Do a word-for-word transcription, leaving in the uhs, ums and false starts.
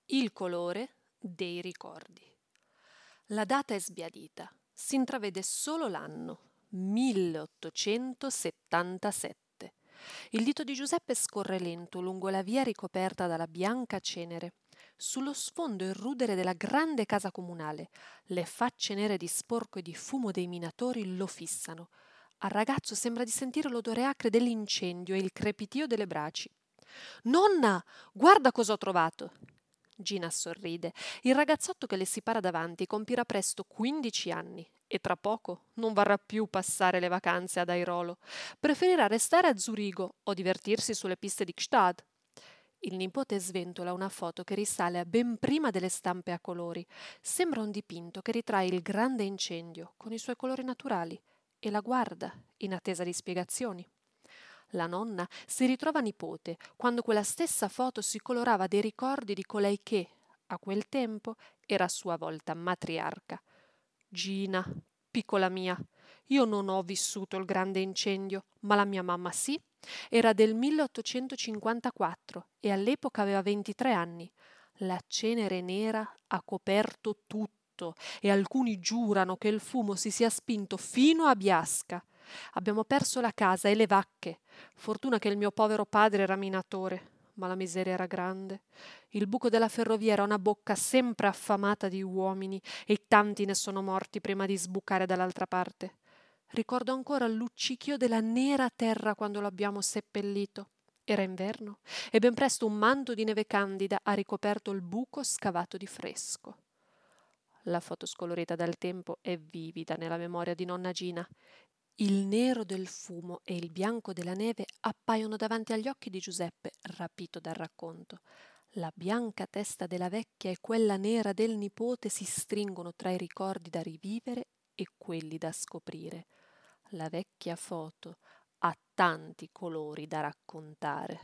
Il colore dei ricordi. La data è sbiadita, si intravede solo l'anno, milleottocentosettantasette. Il dito di Giuseppe scorre lento lungo la via ricoperta dalla bianca cenere. Sullo sfondo il rudere della grande casa comunale, le facce nere di sporco e di fumo dei minatori lo fissano. Al ragazzo sembra di sentire l'odore acre dell'incendio e il crepitio delle braci. «Nonna, guarda cosa ho trovato!» Gina sorride. Il ragazzotto che le si para davanti compirà presto quindici anni e tra poco non vorrà più passare le vacanze ad Airolo. Preferirà restare a Zurigo o divertirsi sulle piste di Gstad. Il nipote sventola una foto che risale a ben prima delle stampe a colori. Sembra un dipinto che ritrae il grande incendio con i suoi colori naturali e la guarda in attesa di spiegazioni. La nonna si ritrova nipote quando quella stessa foto si colorava dei ricordi di colei che, a quel tempo, era a sua volta matriarca. Gina, piccola mia, io non ho vissuto il grande incendio, ma la mia mamma sì. Era del milleottocentocinquantaquattro e all'epoca aveva ventitré anni. La cenere nera ha coperto tutto e alcuni giurano che il fumo si sia spinto fino a Biasca. Abbiamo perso la casa e le vacche. Fortuna che il mio povero padre era minatore, ma la miseria era grande. Il buco della ferrovia era una bocca sempre affamata di uomini e tanti ne sono morti prima di sbucare dall'altra parte. Ricordo ancora il luccichio della nera terra quando l'abbiamo seppellito. Era inverno e ben presto un manto di neve candida ha ricoperto il buco scavato di fresco. La foto scolorita dal tempo è vivida nella memoria di nonna Gina. Il nero del fumo e il bianco della neve appaiono davanti agli occhi di Giuseppe, rapito dal racconto. La bianca testa della vecchia e quella nera del nipote si stringono tra i ricordi da rivivere e quelli da scoprire. La vecchia foto ha tanti colori da raccontare.